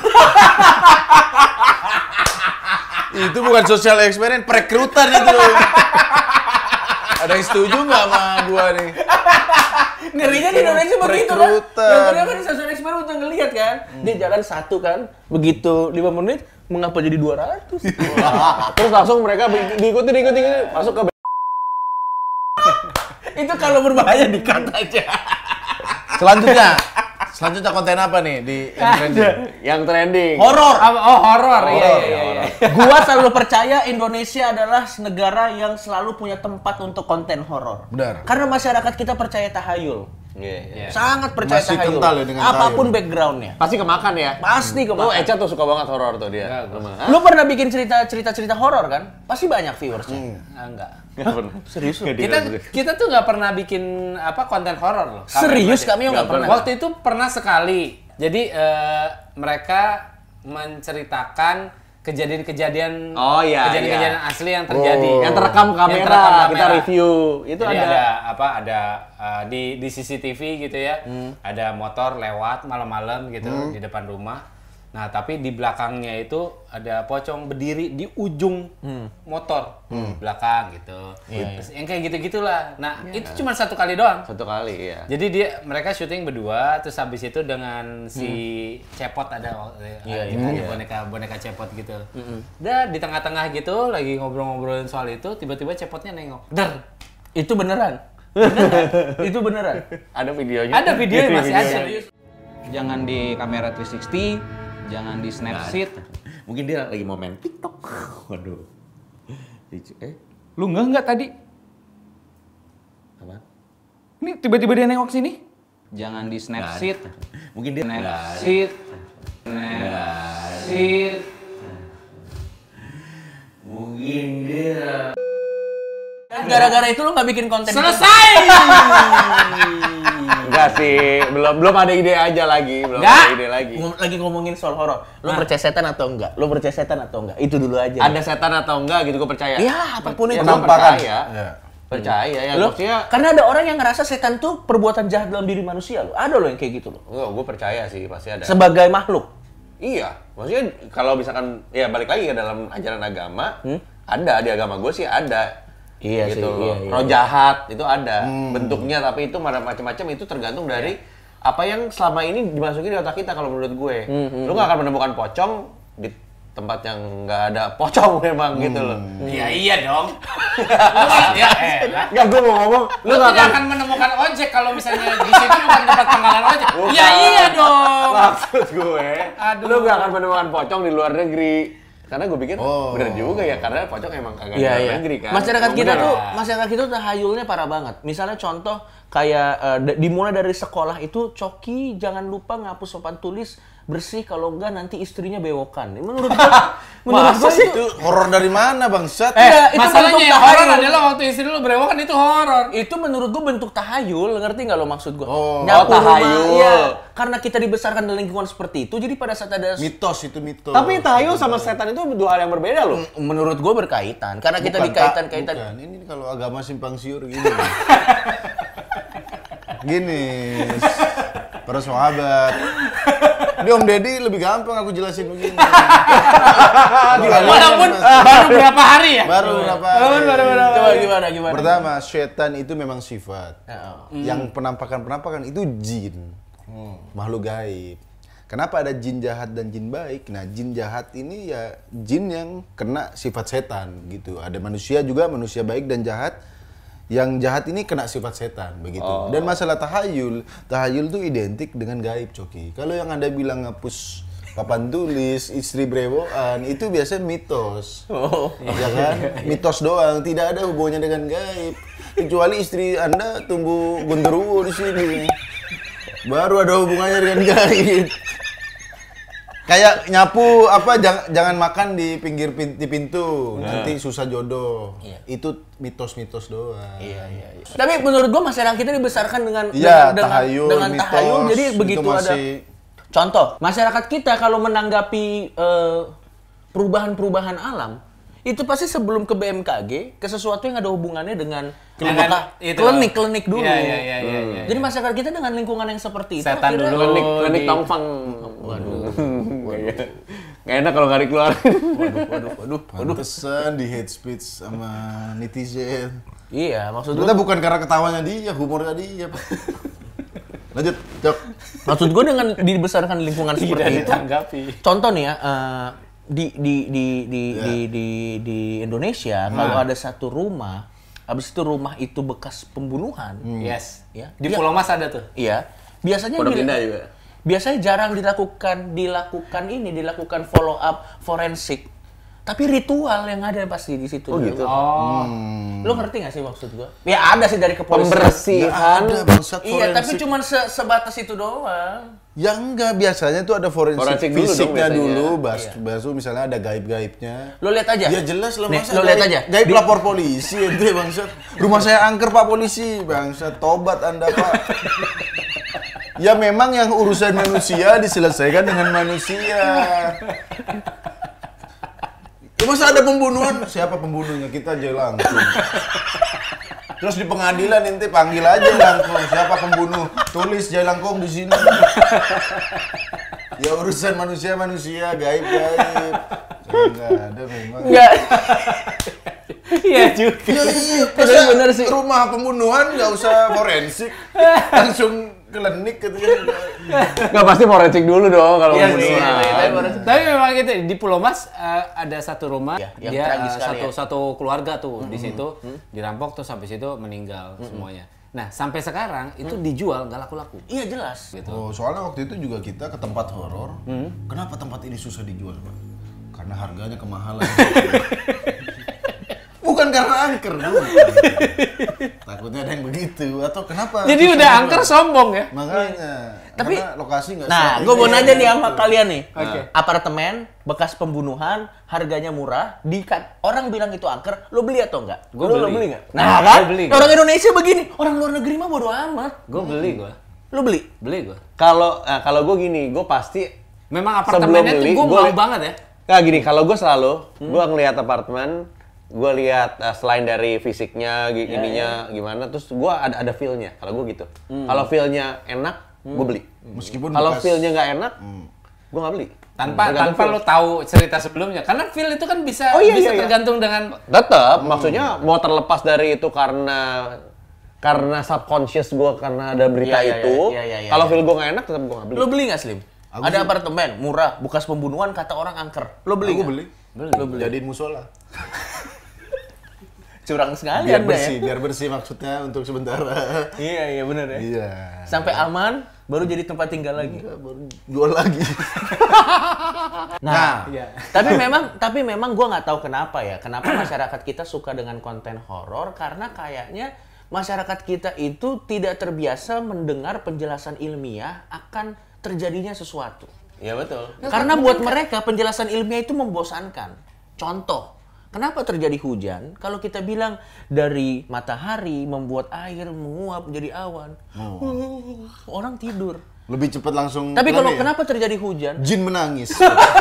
Speaker 1: Itu bukan sosial eksperimen, perekrutan itu. Ada yang setuju nggak sama gua nih?
Speaker 3: Ngerinya di Indonesia begitu kan.
Speaker 1: Perekrutan.
Speaker 3: Yang ternyata kan di sosial eksperimen udah ngelihat kan. Dia jalan satu kan, begitu lima menit mengapa jadi dua ratus?
Speaker 4: Terus langsung mereka di- diikuti diikuti diikuti, masuk ke
Speaker 3: Itu kalau berbahaya di-cut aja.
Speaker 1: Selanjutnya, selanjutnya konten apa nih di yang trending?
Speaker 4: Yang trending.
Speaker 3: Horor.
Speaker 2: Oh, horor. Iya, iya, iya, iya.
Speaker 3: Gua selalu percaya Indonesia adalah negara yang selalu punya tempat untuk konten horor.
Speaker 1: Benar.
Speaker 3: Karena masyarakat kita percaya tahayul.
Speaker 4: Iya, iya.
Speaker 3: Sangat percaya
Speaker 1: Masih
Speaker 3: tahayul.
Speaker 1: kental ya dengan
Speaker 3: apapun
Speaker 1: tahayul.
Speaker 3: backgroundnya.
Speaker 4: Pasti kemakan ya?
Speaker 3: Pasti
Speaker 4: Tuh
Speaker 3: kemakan.
Speaker 4: Eca tuh suka banget horor tuh dia.
Speaker 3: Lu pernah bikin cerita cerita cerita horor kan? Pasti banyak viewersnya.
Speaker 2: Ah, enggak.
Speaker 4: Nggak pernah.
Speaker 3: Serius lu?
Speaker 2: Kita kita tuh nggak pernah bikin apa konten horor loh. Kami
Speaker 3: Serius
Speaker 2: aja.
Speaker 3: kami nggak pernah.
Speaker 2: Waktu itu pernah sekali. Jadi eh, mereka menceritakan kejadian-kejadian
Speaker 4: Oh, iya,
Speaker 2: kejadian-kejadian
Speaker 4: iya.
Speaker 2: asli yang terjadi.
Speaker 1: Oh.
Speaker 4: Yang terekam kamera,
Speaker 2: Yang terekam
Speaker 4: kita
Speaker 2: kamera.
Speaker 4: review. Itu
Speaker 2: Jadi
Speaker 4: ada.
Speaker 2: ada apa ada uh, di di C C T V gitu ya. Ada motor lewat malam-malam gitu di depan rumah. Nah, tapi di belakangnya itu ada pocong berdiri di ujung motor belakang gitu. Terus yang kayak gitu-gitulah. Nah, itu cuma satu kali doang.
Speaker 4: Satu kali ya.
Speaker 2: Jadi dia mereka syuting berdua, terus habis itu dengan si Cepot ada waktu
Speaker 3: Iya,
Speaker 2: itu ada boneka boneka Cepot gitu. Dan di tengah-tengah gitu lagi ngobrol-ngobrolin soal itu, tiba-tiba Cepotnya nengok. Der.
Speaker 3: Itu beneran. Beneran. Itu beneran.
Speaker 4: Ada videonya.
Speaker 2: Ada videonya masih ada.
Speaker 5: Jangan di kamera tiga enam nol, jangan di Snapseed.
Speaker 4: Mungkin dia lagi mau main TikTok. Waduh. Eh,
Speaker 5: Lu nggak nggak tadi?
Speaker 4: apa?
Speaker 5: Ini tiba-tiba dia nengok sini. Jangan di Snapseed.
Speaker 4: Mungkin dia
Speaker 5: Snapseed. Snapseed.
Speaker 4: Mungkin dia
Speaker 3: Gara-gara itu lu nggak bikin konten.
Speaker 2: Selesai.
Speaker 4: Enggak sih, belum belum ada ide aja lagi, belum
Speaker 2: Nggak.
Speaker 4: ada ide lagi.
Speaker 3: Ngom- Lagi ngomongin soal horor. Lu percaya setan atau enggak? Lu percaya setan atau enggak? Itu dulu aja.
Speaker 4: Ada setan atau enggak gitu gue percaya.
Speaker 3: Ya, apapun
Speaker 4: Ya,
Speaker 3: itu.
Speaker 4: gua
Speaker 1: Penampakan.
Speaker 4: percaya.
Speaker 1: Ya.
Speaker 4: Percaya ya,
Speaker 3: Lu,
Speaker 4: maksudnya
Speaker 3: karena ada orang yang ngerasa setan tuh perbuatan jahat dalam diri manusia lo. Ada lo yang kayak gitu lo.
Speaker 4: enggak, gue percaya sih pasti ada.
Speaker 3: Sebagai makhluk.
Speaker 4: Iya, maksudnya kalau misalkan ya balik lagi ke dalam ajaran agama, ada di agama gue sih ada.
Speaker 3: Iya
Speaker 4: gitu
Speaker 3: sih,
Speaker 4: loh.
Speaker 3: iya, iya.
Speaker 4: Roh jahat itu ada bentuknya, tapi itu macam-macam itu tergantung dari apa yang selama ini dimasukin di otak kita kalau menurut gue. Lu nggak akan menemukan pocong di tempat yang nggak ada pocong memang gitu loh.
Speaker 2: Iya iya dong. Lu ya elah.
Speaker 4: Nggak, gue mau ngomong,
Speaker 2: Lu
Speaker 4: lu nggak
Speaker 2: tidak
Speaker 4: akan
Speaker 2: akan menemukan ojek kalau misalnya di situ bukan tempat pangkalan ojek. Iya iya dong.
Speaker 4: maksud gue,
Speaker 2: Aduh.
Speaker 4: lu nggak akan menemukan pocong di luar negeri. Karena gue pikir
Speaker 1: Oh.
Speaker 4: bener juga ya, karena pocong emang kagak di
Speaker 3: Iya,
Speaker 4: luar
Speaker 3: iya.
Speaker 4: negeri kan.
Speaker 3: Masyarakat
Speaker 4: Emang
Speaker 3: kita
Speaker 4: bener.
Speaker 3: tuh, masyarakat kita tuh tahayulnya parah banget. Misalnya contoh kayak eh, d- dimulai dari sekolah itu, Coki jangan lupa ngapus papan tulis bersih, kalau enggak nanti istrinya bewokan. Menurut gua, menurut gua sih
Speaker 1: Itu horor dari mana, Bangsat?
Speaker 3: Eh, itu
Speaker 2: Masalahnya
Speaker 3: bentuk
Speaker 2: yang horor
Speaker 3: tahayul.
Speaker 2: adalah waktu istri lu berewokan itu horor.
Speaker 3: itu menurut gua bentuk tahayul, ngerti nggak lo maksud gua?
Speaker 1: Oh.
Speaker 3: Nyapu
Speaker 4: Oh,
Speaker 3: rumah,
Speaker 4: tahayul.
Speaker 3: iya. Karena kita dibesarkan dalam lingkungan seperti itu, jadi pada saat ada
Speaker 1: Mitos itu mitos.
Speaker 4: Tapi tahayul sama setan itu dua hal yang berbeda loh.
Speaker 3: menurut gua berkaitan, karena kita
Speaker 1: Bukan,
Speaker 3: dikaitan-kaitan.
Speaker 1: Kak. Bukan. Ini kalau agama simpang siur gini. Gini. Para sahabat. Ini Om Deddy lebih gampang aku jelasin begini.
Speaker 2: Walaupun baru berapa hari ya?
Speaker 1: Baru berapa?
Speaker 3: Coba gimana gimana?
Speaker 1: Pertama, setan itu memang sifat.
Speaker 3: Ya,
Speaker 1: Yang penampakan-penampakan itu jin. Makhluk gaib. Kenapa ada jin jahat dan jin baik? Nah, jin jahat ini ya jin yang kena sifat setan gitu. Ada manusia juga, manusia baik dan jahat. Yang jahat ini kena sifat setan begitu. Dan masalah tahayul, tahayul itu identik dengan gaib, Coki. Kalau yang Anda bilang ngapus papan tulis, istri brewokan, itu biasanya mitos.
Speaker 3: Oh.
Speaker 1: Ya kan? Mitos doang, tidak ada hubungannya dengan gaib. Kecuali istri Anda tumbuh gondoruo di sini. Baru ada hubungannya dengan gaib. Kayak nyapu apa jangan jangan makan di pinggir pin, di pintu, nanti susah jodoh.
Speaker 3: Iya.
Speaker 1: Itu mitos-mitos doang.
Speaker 3: Iya, iya, iya. Tapi menurut gua masyarakat kita dibesarkan dengan
Speaker 1: Iya,
Speaker 3: dengan,
Speaker 1: tahayul,
Speaker 3: dengan
Speaker 1: mitos,
Speaker 3: tahayul, jadi
Speaker 1: itu
Speaker 3: begitu ada
Speaker 1: masih-
Speaker 3: contoh, masyarakat kita kalau menanggapi eh, perubahan-perubahan alam, itu pasti sebelum ke B M K G, ke sesuatu yang ada hubungannya dengan
Speaker 2: Dengan
Speaker 3: apakah
Speaker 2: itu.
Speaker 3: klinik, klinik dulu.
Speaker 2: Iya, iya, iya, iya, iya.
Speaker 3: Jadi masyarakat kita dengan lingkungan yang seperti itu
Speaker 2: Setan
Speaker 3: akhirnya-
Speaker 2: dulu.
Speaker 4: Klinik, klinik
Speaker 2: di-
Speaker 4: tongfang. Waduh. Nggak enak kalau nggak dikeluarin.
Speaker 3: Waduh, waduh, waduh.
Speaker 1: Pantesan di hate speech sama netizen.
Speaker 3: Iya, maksud
Speaker 1: Ternyata
Speaker 3: gua,
Speaker 1: bukan karena ketawanya dia, humornya dia. Lanjut, Cok.
Speaker 3: maksud gua dengan dibesarkan di lingkungan
Speaker 2: Tidak
Speaker 3: seperti itu.
Speaker 2: ditanggapi.
Speaker 3: Contoh nih ya, eh, di di di di
Speaker 1: Ya.
Speaker 3: di di di Indonesia kalau ada satu rumah, habis itu rumah itu bekas pembunuhan,
Speaker 2: Yes.
Speaker 3: ya.
Speaker 2: Di
Speaker 3: dia-
Speaker 2: Pulau Mas ada tuh.
Speaker 3: Iya, biasanya
Speaker 4: Pondok
Speaker 3: bila-
Speaker 4: Indah juga.
Speaker 3: biasanya jarang dilakukan dilakukan ini dilakukan follow up forensik. Tapi ritual yang ada pasti di situ.
Speaker 4: Oh gitu.
Speaker 2: Oh.
Speaker 3: Lu ngerti gak sih maksud gua? Ya ada sih dari kepolisian.
Speaker 4: Pembersihan.
Speaker 1: Nggak ada bangsat
Speaker 3: Iya, tapi
Speaker 1: forensik.
Speaker 3: cuma se- sebatas itu doang.
Speaker 1: Ya enggak, biasanya tuh ada forensik,
Speaker 4: Forensik dulu dong
Speaker 1: fisiknya
Speaker 4: biasanya.
Speaker 1: dulu, bas,
Speaker 3: Iya.
Speaker 1: basu misalnya ada gaib-gaibnya.
Speaker 3: Lu lihat aja.
Speaker 1: Ya jelas lah,
Speaker 3: Nih,
Speaker 1: masa
Speaker 3: lu lihat
Speaker 1: gaib-
Speaker 3: aja.
Speaker 1: Gaib
Speaker 3: Di-
Speaker 1: lapor polisi ente bangsat. Rumah saya angker Pak polisi, bangsat. Tobat Anda Pak. Ya memang yang urusan manusia diselesaikan dengan manusia. Ya, masa ada pembunuhan? Siapa pembunuhnya? Kita aja langsung. Terus di pengadilan ente panggil aja langsung siapa pembunuh, tulis Jailangkung di sini. Ya urusan manusia manusia, gaib gaib. Enggak ada memang.
Speaker 3: Enggak.
Speaker 2: Iya juga.
Speaker 1: Ya, iya,
Speaker 3: Bener,
Speaker 1: masa
Speaker 3: bener sih.
Speaker 1: rumah pembunuhan nggak usah forensik, langsung klinik gitu ya.
Speaker 4: Nggak pasti forensik dulu dong kalau
Speaker 3: Iya sih,
Speaker 4: pembunuhan.
Speaker 3: iya, iya, iya.
Speaker 2: Tapi memang gitu di Pulau Mas eh, ada satu rumah
Speaker 3: Ya, yang
Speaker 2: dia
Speaker 3: tragis
Speaker 2: eh,
Speaker 3: sekali
Speaker 2: satu
Speaker 3: ya.
Speaker 2: satu keluarga tuh di situ dirampok terus habis itu meninggal semuanya. Nah, sampai sekarang itu dijual nggak laku-laku.
Speaker 3: Iya jelas.
Speaker 2: Gitu.
Speaker 1: Oh, soalnya waktu itu juga kita ke tempat horor. Kenapa tempat ini susah dijual, Pak? Karena harganya kemahalan. Bukan karena angker, bukan. Takutnya ada yang begitu atau kenapa?
Speaker 2: Jadi
Speaker 1: susah
Speaker 2: udah
Speaker 1: dijual?
Speaker 2: angker sombong ya.
Speaker 1: Makanya.
Speaker 3: Tapi-
Speaker 1: karena lokasi nggak
Speaker 3: Nah,
Speaker 1: siap.
Speaker 3: gue mau
Speaker 1: Ini-
Speaker 3: nanya nih sama kalian nih.
Speaker 2: Oke.
Speaker 3: Apartemen bekas pembunuhan, harganya murah, di orang bilang itu angker, lo beli atau enggak?
Speaker 2: Gua
Speaker 3: Lo- lo
Speaker 2: beli.
Speaker 3: beli enggak?
Speaker 2: Nah,
Speaker 3: Nah,
Speaker 2: gua
Speaker 3: kan?
Speaker 2: beli,
Speaker 3: Orang Indonesia begini, orang luar negeri mah bodo amat.
Speaker 2: Gue beli gue.
Speaker 3: Lo beli?
Speaker 2: Beli gue.
Speaker 4: Kalau nah, kalau gue gini, gue pasti
Speaker 2: Memang
Speaker 4: Sebelum
Speaker 2: apartemennya tuh
Speaker 4: beli,
Speaker 2: gue
Speaker 4: gua-
Speaker 2: mau banget ya.
Speaker 4: Nah gini, kalau gue selalu, gue ngelihat apartemen, gue lihat uh, selain dari fisiknya, gi- ininya gimana, terus gue ada ada feel-nya. Kalau gue gitu. Kalau feel-nya enak, gue beli.
Speaker 1: Meskipun
Speaker 4: Kalau
Speaker 1: bekas-
Speaker 4: feel-nya nggak enak, gue nggak beli.
Speaker 2: Tanpa
Speaker 4: Tergantung
Speaker 2: tanpa
Speaker 4: feel.
Speaker 2: lo tahu cerita sebelumnya. Karena feel itu kan bisa
Speaker 4: Oh, iya,
Speaker 2: bisa
Speaker 4: iya, iya.
Speaker 2: tergantung dengan
Speaker 4: Tetap, maksudnya mau terlepas dari itu karena karena subconscious gue karena ada berita
Speaker 3: Iya, iya,
Speaker 4: itu.
Speaker 3: iya, iya, iya,
Speaker 4: Kalau
Speaker 3: iya.
Speaker 4: feel gue nggak enak, tetap gue nggak beli.
Speaker 3: Lo beli nggak Slim?
Speaker 1: Aku
Speaker 3: Ada
Speaker 1: sih-
Speaker 3: apartemen murah, bekas pembunuhan kata orang angker. Lo beli
Speaker 1: Aku
Speaker 3: nggak?
Speaker 1: beli.
Speaker 2: Beli.
Speaker 1: Beli. Jadiin musola.
Speaker 3: Curang sekali
Speaker 1: Biar
Speaker 3: Anda
Speaker 1: bersih,
Speaker 3: ya.
Speaker 1: biar bersih maksudnya untuk sementara.
Speaker 3: Iya, iya bener ya.
Speaker 1: Iya.
Speaker 3: Sampai aman, baru jadi tempat tinggal lagi.
Speaker 1: Baru jual lagi.
Speaker 3: Nah,
Speaker 2: Iya.
Speaker 3: tapi memang tapi memang gua nggak tahu kenapa ya. Kenapa masyarakat kita suka dengan konten horor karena kayaknya masyarakat kita itu tidak terbiasa mendengar penjelasan ilmiah akan terjadinya sesuatu.
Speaker 4: Iya betul.
Speaker 3: Karena buat mereka penjelasan ilmiah itu membosankan. Contoh, kenapa terjadi hujan? Kalau kita bilang dari matahari membuat air menguap menjadi awan, orang tidur.
Speaker 1: Lebih cepat langsung.
Speaker 3: Tapi kalau
Speaker 1: lari ya?
Speaker 3: kenapa terjadi hujan?
Speaker 1: Jin menangis.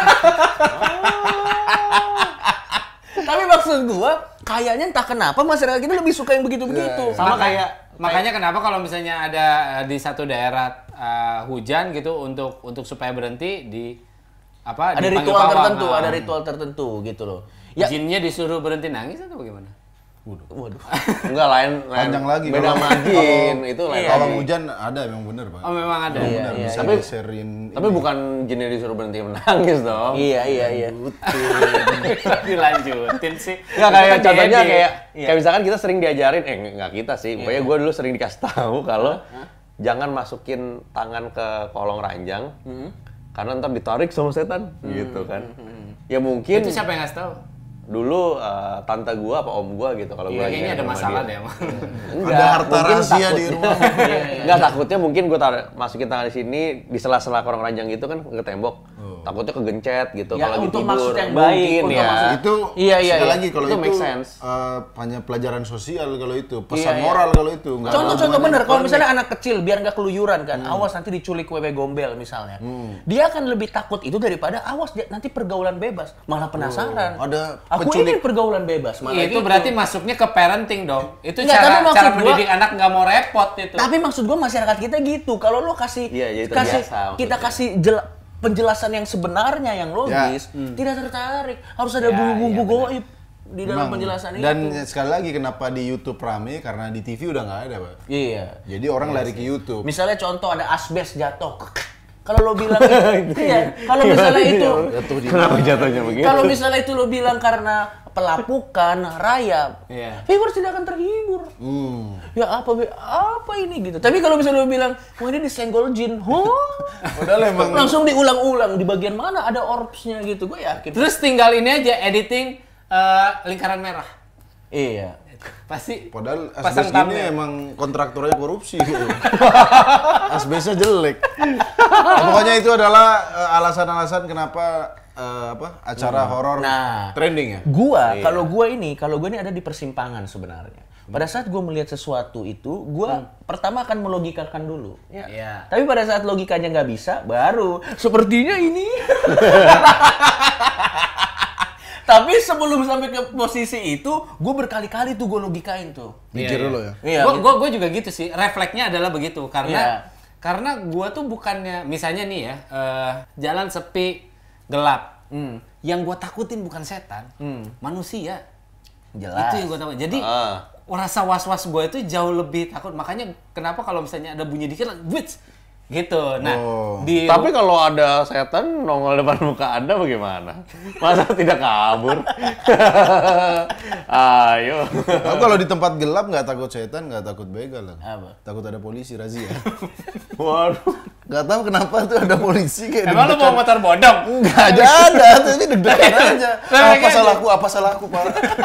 Speaker 3: Tapi maksud gua, kayaknya entah kenapa masyarakat kita lebih suka yang begitu-begitu.
Speaker 4: Sama
Speaker 2: Maka-
Speaker 4: kayak
Speaker 2: makanya kenapa kalau misalnya ada eh, di satu daerah eh, hujan gitu untuk untuk supaya berhenti di apa
Speaker 3: Ada
Speaker 2: dipanggil
Speaker 3: ritual
Speaker 2: pawang.
Speaker 3: tertentu,
Speaker 2: Nah,
Speaker 3: ada ritual tertentu gitu loh. Ya,
Speaker 2: jinnya disuruh berhenti nangis atau bagaimana?
Speaker 3: waduh.
Speaker 4: enggak lain, lain
Speaker 1: Panjang lagi.
Speaker 4: beda
Speaker 1: Kalau-
Speaker 4: sama jin itu lain.
Speaker 3: Iya,
Speaker 1: Kalau
Speaker 4: lagi.
Speaker 1: hujan ada memang bener, Pak.
Speaker 2: Oh memang ada.
Speaker 3: Iya,
Speaker 1: Bener,
Speaker 3: iya,
Speaker 1: bisa
Speaker 4: iya.
Speaker 1: geserin.
Speaker 4: Tapi bukan jinnya disuruh berhenti menangis dong.
Speaker 3: Iya, iya, iya.
Speaker 2: Dilanjutin sih.
Speaker 4: Nggak kayak
Speaker 2: Itu kan
Speaker 4: contohnya
Speaker 2: diedit.
Speaker 4: kayak
Speaker 3: Iya.
Speaker 4: kayak misalkan kita sering diajarin, eh nggak kita sih, pokoknya gue dulu sering dikasih tahu kalau jangan masukin tangan ke kolong ranjang, karena ntar ditarik sama setan, gitu kan. Ya mungkin
Speaker 2: Itu siapa yang ngasih tahu?
Speaker 4: dulu eh, tante gua apa om gua gitu kalau
Speaker 2: Iya,
Speaker 4: gua
Speaker 2: kayaknya
Speaker 4: lagi
Speaker 2: ada
Speaker 4: sama
Speaker 2: masalah
Speaker 4: dia.
Speaker 2: deh emang.
Speaker 4: Enggak,
Speaker 1: Ada harta
Speaker 4: mungkin
Speaker 1: rahasia di
Speaker 4: takutnya-
Speaker 1: rumah.
Speaker 4: Enggak, takutnya mungkin gue tar masukin tangan di sini di sela-sela kolong ranjang gitu kan ke tembok. Takutnya kegencet gitu
Speaker 3: Ya,
Speaker 4: kalau lagi
Speaker 3: untuk
Speaker 4: tidur.
Speaker 3: maksud yang baik,
Speaker 4: Mungkin
Speaker 3: untuk
Speaker 4: ya.
Speaker 3: maksud-
Speaker 1: Itu
Speaker 3: Iya, iya,
Speaker 1: sekali
Speaker 3: iya.
Speaker 1: lagi kalau
Speaker 4: Itu
Speaker 1: itu,
Speaker 4: make sense.
Speaker 1: eh, hanya pelajaran sosial kalau itu, pesan
Speaker 3: Iya, iya.
Speaker 1: moral kalau itu. nggak ada
Speaker 3: Contoh-contoh
Speaker 1: hubungannya
Speaker 3: bener, kalau
Speaker 1: dengan
Speaker 3: misalnya anak kecil biar nggak keluyuran kan, awas nanti diculik wewe gombel misalnya. Dia akan lebih takut itu daripada awas dia nanti pergaulan bebas, malah penasaran.
Speaker 1: Oh, ada
Speaker 3: Aku
Speaker 1: penculik.
Speaker 3: ingin pergaulan bebas, malah
Speaker 2: Itu
Speaker 3: gitu.
Speaker 2: berarti masuknya ke parenting dong. Itu
Speaker 3: Nggak, tapi
Speaker 2: cara
Speaker 3: maksud
Speaker 2: cara
Speaker 3: gua-
Speaker 2: mendidik anak nggak mau repot itu.
Speaker 3: Tapi maksud gua masyarakat kita gitu. Kalau lo kasih
Speaker 4: Iya, jadi
Speaker 3: kasih
Speaker 4: terbiasa
Speaker 3: kita
Speaker 4: maksudnya.
Speaker 3: kasih jel- penjelasan yang sebenarnya yang logis, tidak tertarik. Harus ada
Speaker 2: Ya,
Speaker 3: bumbu-bumbu
Speaker 2: iya, benar.
Speaker 3: goib di dalam
Speaker 1: Memang.
Speaker 3: penjelasan
Speaker 1: Dan
Speaker 3: itu.
Speaker 1: sekali lagi kenapa di YouTube rame karena di T V udah nggak ada, Pak.
Speaker 3: Iya.
Speaker 1: Jadi orang lari ke YouTube.
Speaker 3: Misalnya contoh ada asbes jatuh. Kalau lo bilang iya, kalau misalnya itu
Speaker 1: Jatuh di
Speaker 4: Kenapa jatuhnya begitu?
Speaker 3: kalau misalnya itu lo bilang karena pelapukan, rayap,
Speaker 2: Iya.
Speaker 3: viewers tidak akan terhibur.
Speaker 1: Hmm.
Speaker 3: Ya apa Be? apa ini gitu. Tapi kalau misalnya lu bilang, wah ini disenggol jin, huh?
Speaker 1: Padahal emang
Speaker 3: Langsung diulang-ulang di bagian mana ada orbsnya gitu, gue yakin.
Speaker 2: Terus tinggal ini aja editing eh, lingkaran merah.
Speaker 3: Iya.
Speaker 2: Pasti
Speaker 1: padahal
Speaker 2: pasang
Speaker 1: asbes ini
Speaker 2: thumbnail.
Speaker 1: emang kontraktornya korupsi. Asbesnya jelek. Nah, pokoknya itu adalah eh, alasan-alasan kenapa eh, apa acara horor
Speaker 3: Nah.
Speaker 1: trending ya.
Speaker 3: Gua, kalau gua ini, kalau gua ini ada di persimpangan sebenarnya. Pada saat gua melihat sesuatu itu, gua pertama akan melogikakan dulu. Ya.
Speaker 2: Iya.
Speaker 3: Tapi pada saat logikanya nggak bisa, baru sepertinya ini. Tapi sebelum sampai ke posisi itu, gue berkali-kali tuh gue logikain tuh.
Speaker 1: Mikir dulu ya.
Speaker 3: Iya.
Speaker 2: Gue gue juga gitu sih. Refleksnya adalah begitu karena
Speaker 3: Iya.
Speaker 2: karena gue tuh bukannya misalnya nih ya eh, jalan sepi gelap.
Speaker 3: Hmm.
Speaker 2: Yang gue takutin bukan setan, manusia.
Speaker 3: Jelas.
Speaker 2: Itu yang gue takut. Jadi
Speaker 4: Ah.
Speaker 2: rasa was-was gue itu jauh lebih takut. Makanya kenapa kalau misalnya ada bunyi dikit, wits gitu. Nah,
Speaker 1: Oh.
Speaker 2: di
Speaker 4: Tapi kalau ada setan nongol depan muka Anda bagaimana? Masa tidak kabur? Ayo.
Speaker 1: Aku kalau di tempat gelap nggak takut setan, nggak takut begal lah.
Speaker 3: Apa?
Speaker 1: Takut ada polisi razia.
Speaker 4: Waduh.
Speaker 1: Nggak tahu kenapa tuh ada polisi kayak
Speaker 2: emang lu
Speaker 1: deg-degan.
Speaker 2: mau motor bodong?
Speaker 1: Nggak ada, ada. Tapi deg-degan aja.
Speaker 2: Nah,
Speaker 1: Apa
Speaker 2: kayak
Speaker 1: salahku? Apa salahku, Pak?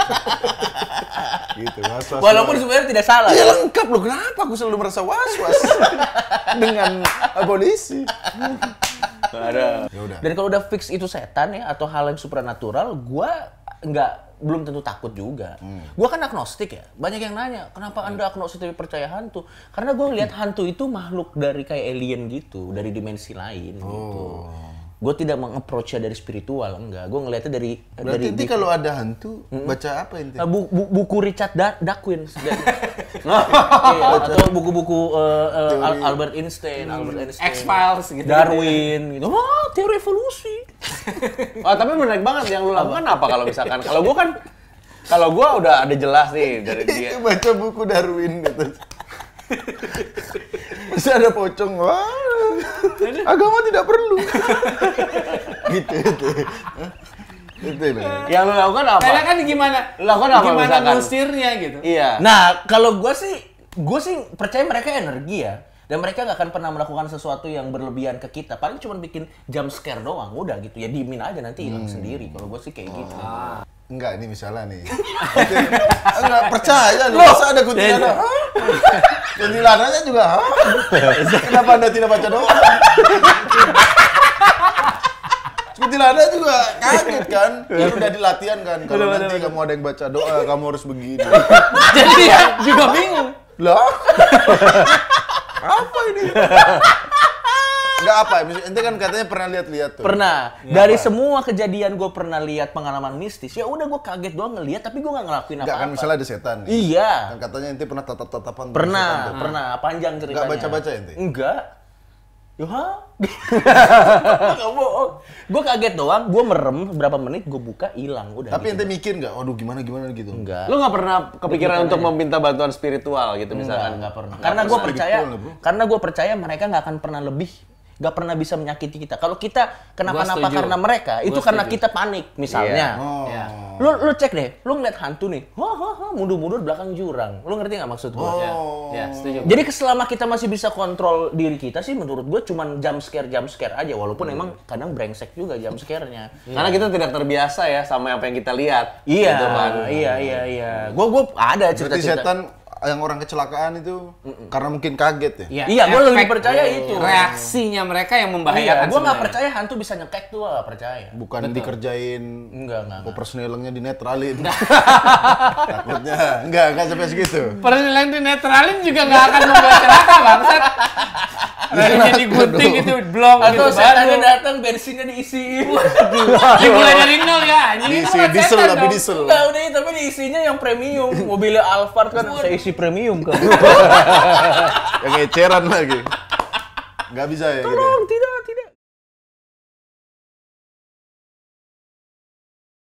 Speaker 1: Gitu, was-was.
Speaker 3: Walaupun sebenarnya tidak salah.
Speaker 1: Iya lengkap loh. Kenapa aku selalu merasa was-was dengan uh, polisi?
Speaker 4: Nggak ada.
Speaker 1: Ya udah.
Speaker 3: Dan kalau udah fix itu setan ya atau hal yang supranatural, gua nggak belum tentu takut juga. Gua kan agnostik ya. Banyak yang nanya, kenapa Anda agnostik tapi percaya hantu? Karena gua ngelihat hantu itu makhluk dari kayak alien gitu, dari dimensi lain gitu. Gue tidak meng-approach-nya dari spiritual, enggak. Gue ngelihatnya dari
Speaker 1: Berarti
Speaker 3: dari
Speaker 1: nanti kalau ada hantu, baca apa inti?
Speaker 3: Uh, bu- bu- buku Richard da- Dawkins dan, iya, atau buku-buku uh, uh, Al- Albert Einstein, Albert Einstein,
Speaker 2: X-Files gitu.
Speaker 3: Darwin, gitu. Wah, teori evolusi.
Speaker 4: Oh, tapi menarik banget yang lu lakukan apa kalau misalkan? Kalau gua kan kalau gua udah ada jelas nih dari dia.
Speaker 1: Baca buku Darwin gitu. Masih ada pocong. Wah, agama tidak perlu. gitu itu. Itu loh.
Speaker 4: Yang lu lakukan apa?
Speaker 2: Karena kan gimana?
Speaker 4: Lu lakukan apa
Speaker 2: Gimana
Speaker 4: misalkan?
Speaker 2: ngusirnya gitu?
Speaker 4: Iya.
Speaker 3: Nah, kalau gue sih, gue sih percaya mereka energi ya. Dan mereka nggak akan pernah melakukan sesuatu yang berlebihan ke kita. Paling cuma bikin jump scare doang, udah gitu. Ya diemin aja nanti hilang sendiri. Kalau gue sih kayak gitu.
Speaker 1: Enggak, ini misalnya nih. Enggak percaya loh. Masa ada kuntilanak? Hah? Kuntilanaknya juga, hah? Kenapa Anda tidak baca doa? Kuntilanak juga kaget kan? Kan udah dilatihan kan. Kalau nanti kamu ada yang baca doa, kamu harus begini.
Speaker 2: Jadi dia juga bingung.
Speaker 1: Lah? Apa ini? Enggak apa, ente kan katanya pernah lihat-lihat tuh.
Speaker 3: Pernah. Dari semua kejadian gue pernah lihat pengalaman mistis. Ya udah gue kaget doang ngelihat, tapi gue nggak ngelakuin
Speaker 1: Enggak kan
Speaker 3: apa-apa.
Speaker 1: misalnya ada setan nih.
Speaker 3: Iya.
Speaker 1: Kan katanya ente pernah tatap-tatapan sama
Speaker 3: Pernah,
Speaker 1: setan tuh.
Speaker 3: pernah. Panjang ceritanya.
Speaker 1: Nggak baca-baca ente?
Speaker 3: Enggak. Yo, ha? Nggak bohong. Gue kaget doang, gue merem berapa menit, gue buka, hilang. Udah.
Speaker 1: Tapi
Speaker 3: gitu.
Speaker 1: ente mikir nggak? Waduh gimana gimana gitu?
Speaker 3: Enggak.
Speaker 4: Lu nggak pernah kepikiran
Speaker 3: Bukan
Speaker 4: untuk
Speaker 3: aja.
Speaker 4: meminta bantuan spiritual gitu
Speaker 3: Enggak,
Speaker 4: misalkan?
Speaker 3: enggak pernah. Karena gue
Speaker 1: pernah
Speaker 3: percaya,
Speaker 1: dipukul, bro.
Speaker 3: karena gue percaya mereka nggak akan pernah lebih, nggak pernah bisa menyakiti kita. Kalau kita kenapa-napa
Speaker 2: setuju.
Speaker 3: karena mereka, itu
Speaker 2: Gua
Speaker 3: karena
Speaker 2: setuju.
Speaker 3: kita panik, misalnya.
Speaker 1: Oh.
Speaker 2: Iya.
Speaker 3: Lu lu cek deh, lu ngeliat hantu nih, wah, wah, wah, mundur-mundur belakang jurang. Lu ngerti nggak maksud gue?
Speaker 1: Oh.
Speaker 2: Ya, setuju.
Speaker 3: Jadi selama kita masih bisa kontrol diri kita sih, menurut gue cuman jump scare jump scare aja. Walaupun
Speaker 1: Hmm.
Speaker 3: emang kadang brengsek juga jump scare-nya.
Speaker 4: Karena kita tidak terbiasa ya sama apa yang kita lihat.
Speaker 3: Iya,
Speaker 4: Gitu kan.
Speaker 3: iya, iya, iya. Gue gue ada
Speaker 1: Berarti
Speaker 3: cerita-cerita.
Speaker 1: setan yang orang kecelakaan itu karena mungkin kaget ya?
Speaker 3: Iya, gua lebih
Speaker 2: efek
Speaker 3: percaya itu.
Speaker 2: Reaksinya mereka yang
Speaker 3: Iya,
Speaker 2: membahayakan.
Speaker 3: gue nggak
Speaker 2: sebenarnya.
Speaker 3: percaya hantu bisa nyekek tuh, gue nggak percaya.
Speaker 1: Bukan dikerjain
Speaker 3: Enggak, enggak. enggak.
Speaker 1: persnelengnya dinetralin. Takutnya enggak, enggak sampai segitu.
Speaker 2: Personel di netralin juga nggak akan membuat celaka bangsat. Remnya digunting gitu, blong
Speaker 3: Atau
Speaker 2: gitu
Speaker 3: setannya
Speaker 2: baru.
Speaker 3: datang bensinnya diisiin.
Speaker 2: Dimulai dari nol ya, anjing.
Speaker 1: Diisi
Speaker 2: Itu kan
Speaker 1: diesel
Speaker 2: setan
Speaker 1: tapi
Speaker 2: dong.
Speaker 1: diesel.
Speaker 3: Enggak, udah tapi diisinya yang premium. Mobilnya Alphard kan saya isi premium kan.
Speaker 1: Yang eceran lagi. Enggak bisa ya gitu.
Speaker 3: Tolong